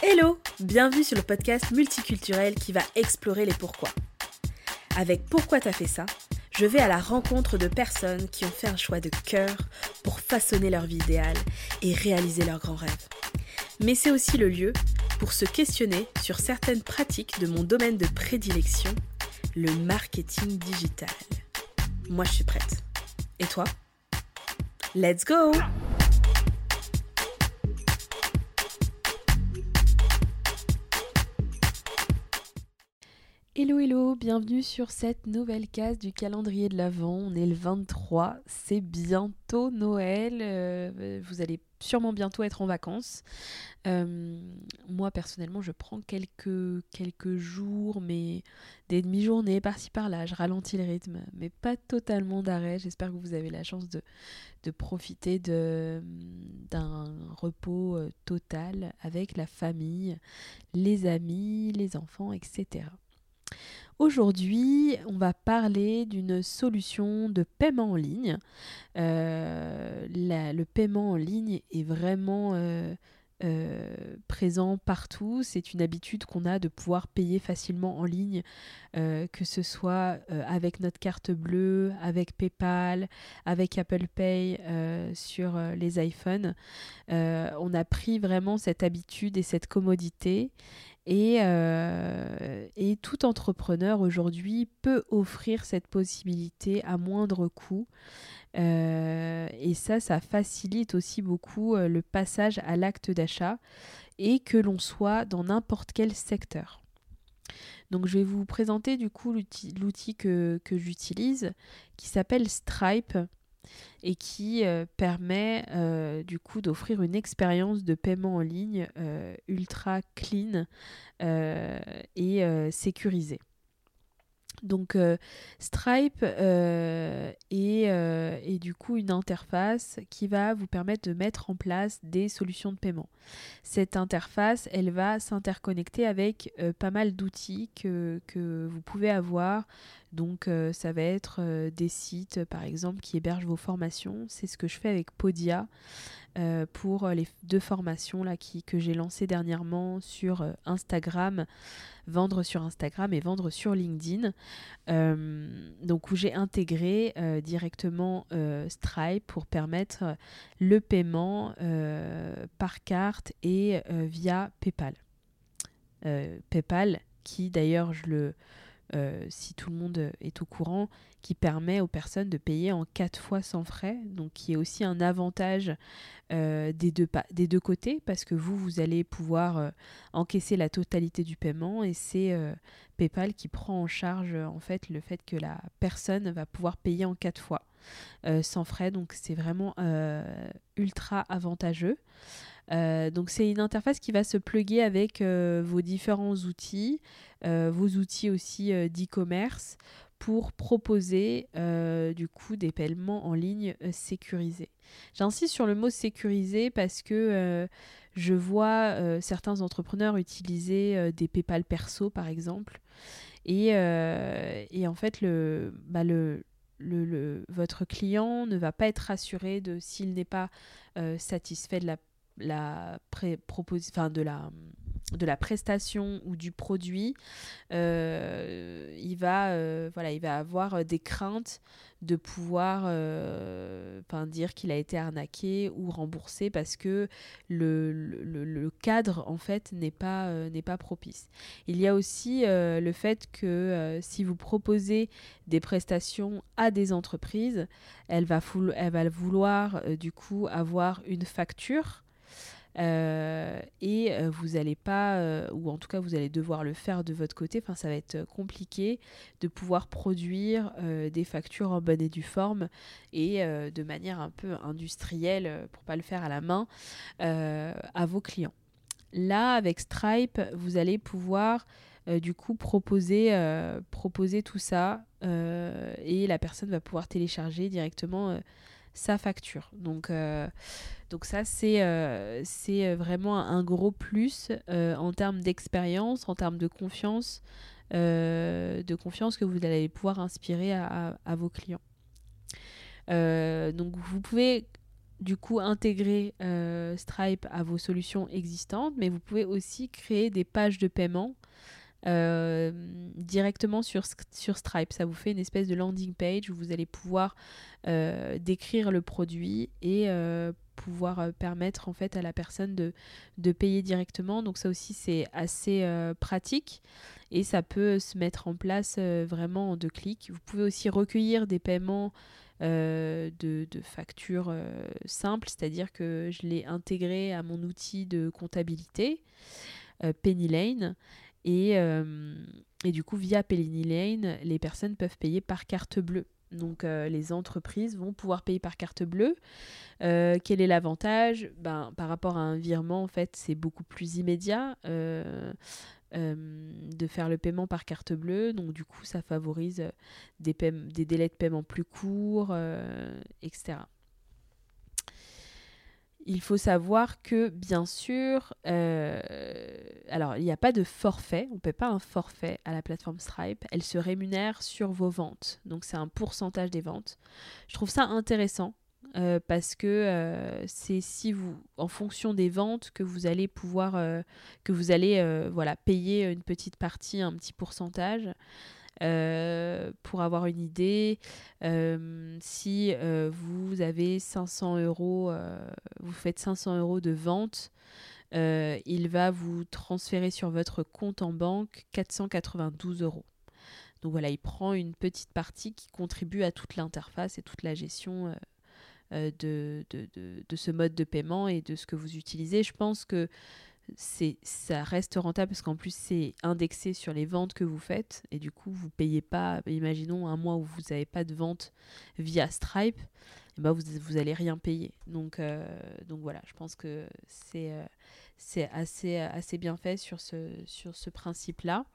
Hello, bienvenue sur le podcast multiculturel qui va explorer les pourquoi. Avec Pourquoi t'as fait ça, je vais à la rencontre de personnes qui ont fait un choix de cœur pour façonner leur vie idéale et réaliser leurs grands rêves. Mais c'est aussi le lieu pour se questionner sur certaines pratiques de mon domaine de prédilection, le marketing digital. Moi, je suis prête. Et toi? Let's go! Hello, bienvenue sur cette nouvelle case du calendrier de l'Avent. On est le 23, c'est bientôt Noël, vous allez sûrement bientôt être en vacances. Moi personnellement je prends quelques jours, mais des demi-journées par-ci par-là, je ralentis le rythme, mais pas totalement d'arrêt. J'espère que vous avez la chance de profiter d'un repos total avec la famille, les amis, les enfants, etc. Aujourd'hui, on va parler d'une solution de paiement en ligne. Le paiement en ligne est vraiment présent partout. C'est une habitude qu'on a de pouvoir payer facilement en ligne, que ce soit avec notre carte bleue, avec PayPal, avec Apple Pay sur les iPhones. On a pris vraiment cette habitude et cette commodité. Et tout entrepreneur aujourd'hui peut offrir cette possibilité à moindre coût. Et ça facilite aussi beaucoup le passage à l'acte d'achat et que l'on soit dans n'importe quel secteur. Donc je vais vous présenter du coup l'outil que j'utilise qui s'appelle Stripe et qui permet du coup d'offrir une expérience de paiement en ligne ultra clean et sécurisée. Donc Stripe est du coup une interface qui va vous permettre de mettre en place des solutions de paiement. Cette interface, elle va s'interconnecter avec pas mal d'outils que vous pouvez avoir. Donc ça va être des sites par exemple qui hébergent vos formations. C'est ce que je fais avec Podia pour les 2 formations là, que j'ai lancées dernièrement sur Instagram. Vendre sur Instagram et vendre sur LinkedIn, donc où j'ai intégré directement Stripe pour permettre le paiement par carte et via PayPal. PayPal qui d'ailleurs si tout le monde est au courant, qui permet aux personnes de payer en 4 fois sans frais, donc qui est aussi un avantage des deux côtés, parce que vous allez pouvoir encaisser la totalité du paiement et c'est PayPal qui prend en charge en fait le fait que la personne va pouvoir payer en 4 fois sans frais, donc c'est vraiment ultra avantageux. Donc c'est une interface qui va se plugger avec vos différents outils, vos outils aussi d'e-commerce pour proposer du coup des paiements en ligne sécurisés. J'insiste sur le mot sécurisé parce que je vois certains entrepreneurs utiliser des PayPal perso par exemple et en fait votre client ne va pas être rassuré s'il n'est pas satisfait de de la prestation ou du produit. Il va avoir des craintes de pouvoir dire qu'il a été arnaqué ou remboursé parce que le cadre en fait n'est pas propice. Il y a aussi le fait que si vous proposez des prestations à des entreprises, elle va vouloir du coup avoir une facture. Vous n'allez pas, ou en tout cas vous allez devoir le faire de votre côté, ça va être compliqué de pouvoir produire des factures en bonne et due forme et de manière un peu industrielle pour pas le faire à la main à vos clients. Là avec Stripe vous allez pouvoir du coup proposer tout ça et la personne va pouvoir télécharger directement sa facture. Donc ça, c'est vraiment un gros plus en termes d'expérience, en termes de confiance que vous allez pouvoir inspirer à vos clients. Donc vous pouvez du coup intégrer Stripe à vos solutions existantes, mais vous pouvez aussi créer des pages de paiement directement sur Stripe. Ça vous fait une espèce de landing page où vous allez pouvoir décrire le produit et pouvoir permettre en fait à la personne de payer directement. Donc ça aussi c'est assez pratique et ça peut se mettre en place vraiment en 2 clics. Vous pouvez aussi recueillir des paiements de factures simples, c'est-à-dire que je l'ai intégré à mon outil de comptabilité Penny Lane et du coup via Penny Lane les personnes peuvent payer par carte bleue. Donc les entreprises vont pouvoir payer par carte bleue. Quel est l'avantage? Par rapport à un virement, en fait, c'est beaucoup plus immédiat de faire le paiement par carte bleue. Donc du coup, ça favorise des délais de paiement plus courts, etc. Il faut savoir que, bien sûr, alors il n'y a pas de forfait, on ne paie pas un forfait à la plateforme Stripe, elle se rémunère sur vos ventes, donc c'est un pourcentage des ventes. Je trouve ça intéressant parce que c'est en fonction des ventes que vous allez pouvoir, voilà, payer une petite partie, un petit pourcentage. Pour avoir une idée, si vous avez 500 euros, vous faites 500 euros de vente, il va vous transférer sur votre compte en banque 492 euros. Donc voilà, il prend une petite partie qui contribue à toute l'interface et toute la gestion de ce mode de paiement et de ce que vous utilisez. Je pense que ça reste rentable parce qu'en plus c'est indexé sur les ventes que vous faites et du coup vous payez pas, imaginons un mois où vous n'avez pas de vente via Stripe, et ben vous allez rien payer. Donc voilà, je pense que c'est assez bien fait sur ce principe-là.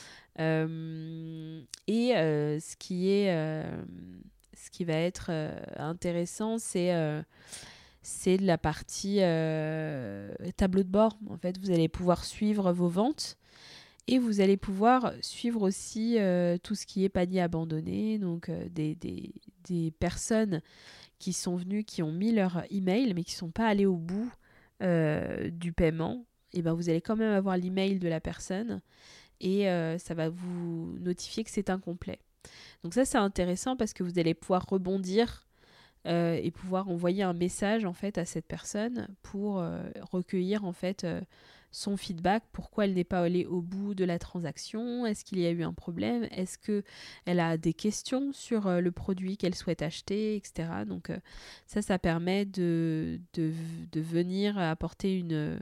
Ce qui va être intéressant, c'est de la partie tableau de bord. En fait, vous allez pouvoir suivre vos ventes et vous allez pouvoir suivre aussi tout ce qui est panier abandonné. Donc, des personnes qui sont venues, qui ont mis leur email, mais qui ne sont pas allées au bout du paiement. Et ben, vous allez quand même avoir l'email de la personne et ça va vous notifier que c'est incomplet. Donc ça, c'est intéressant parce que vous allez pouvoir rebondir et pouvoir envoyer un message en fait à cette personne pour recueillir en fait son feedback, pourquoi elle n'est pas allée au bout de la transaction, est-ce qu'il y a eu un problème, est-ce qu'elle a des questions sur le produit qu'elle souhaite acheter, etc. Donc ça permet de venir apporter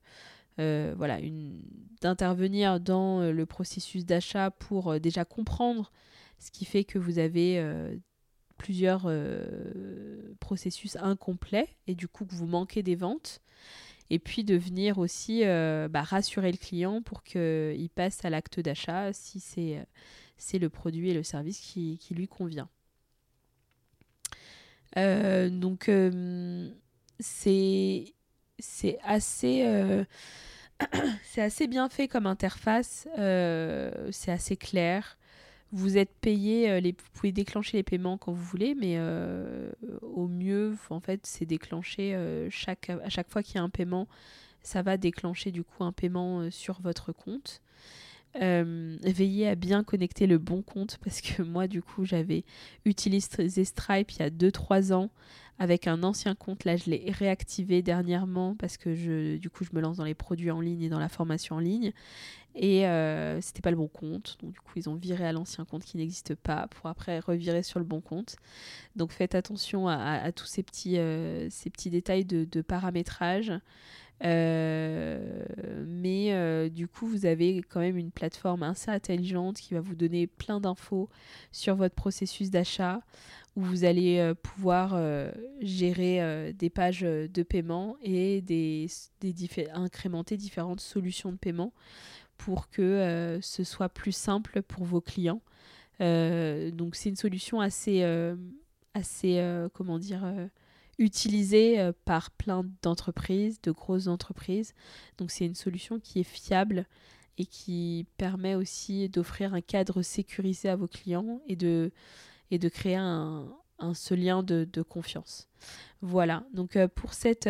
d'intervenir dans le processus d'achat pour déjà comprendre ce qui fait que vous avez plusieurs processus incomplets et du coup que vous manquez des ventes et puis de venir aussi rassurer le client pour qu'il passe à l'acte d'achat si c'est le produit et le service qui lui convient. Donc c'est assez c'est assez bien fait comme interface, c'est assez clair. Vous êtes payé, vous pouvez déclencher les paiements quand vous voulez, mais au mieux, en fait, c'est déclenché à chaque fois qu'il y a un paiement, ça va déclencher du coup un paiement sur votre compte. Veillez à bien connecter le bon compte parce que moi, du coup, j'avais utilisé Stripe il y a 2-3 ans avec un ancien compte. Là, je l'ai réactivé dernièrement parce que du coup, je me lance dans les produits en ligne et dans la formation en ligne. Et c'était pas le bon compte. Donc, du coup, ils ont viré à l'ancien compte qui n'existe pas pour après revirer sur le bon compte. Donc, faites attention à tous ces petits détails de paramétrage. Mais du coup, vous avez quand même une plateforme assez intelligente qui va vous donner plein d'infos sur votre processus d'achat où vous allez pouvoir gérer des pages de paiement et incrémenter différentes solutions de paiement pour que ce soit plus simple pour vos clients. Donc c'est une solution comment dire, utilisée par plein d'entreprises, de grosses entreprises. Donc c'est une solution qui est fiable et qui permet aussi d'offrir un cadre sécurisé à vos clients et de créer un ce lien de confiance. Voilà, donc pour cette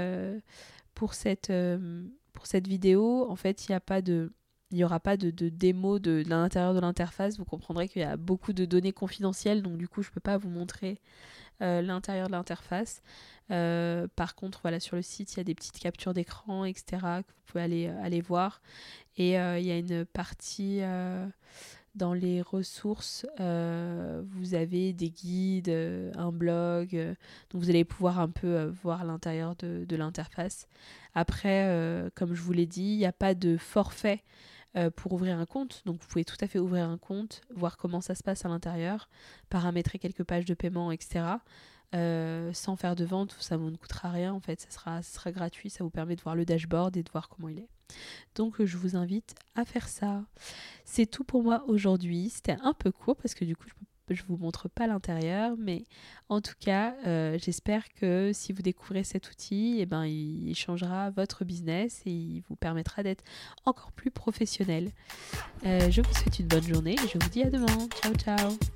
vidéo, en fait, il n'y aura pas de démo de l'intérieur de l'interface. Vous comprendrez qu'il y a beaucoup de données confidentielles, donc du coup, je ne peux pas vous montrer l'intérieur de l'interface. Par contre, voilà, sur le site, il y a des petites captures d'écran, etc., que vous pouvez aller voir. Et il y a une partie dans les ressources, vous avez des guides, un blog, donc vous allez pouvoir un peu voir l'intérieur de l'interface. Après, comme je vous l'ai dit, il n'y a pas de forfait pour ouvrir un compte, donc vous pouvez tout à fait ouvrir un compte, voir comment ça se passe à l'intérieur, paramétrer quelques pages de paiement, etc. Sans faire de vente, ça vous ne coûtera rien en fait, ça sera gratuit, ça vous permet de voir le dashboard et de voir comment il est. Donc je vous invite à faire ça. C'est tout pour moi aujourd'hui, c'était un peu court parce que du coup je vous montre pas l'intérieur, mais en tout cas j'espère que si vous découvrez cet outil, il changera votre business et il vous permettra d'être encore plus professionnel. Je vous souhaite une bonne journée et je vous dis à demain. Ciao ciao.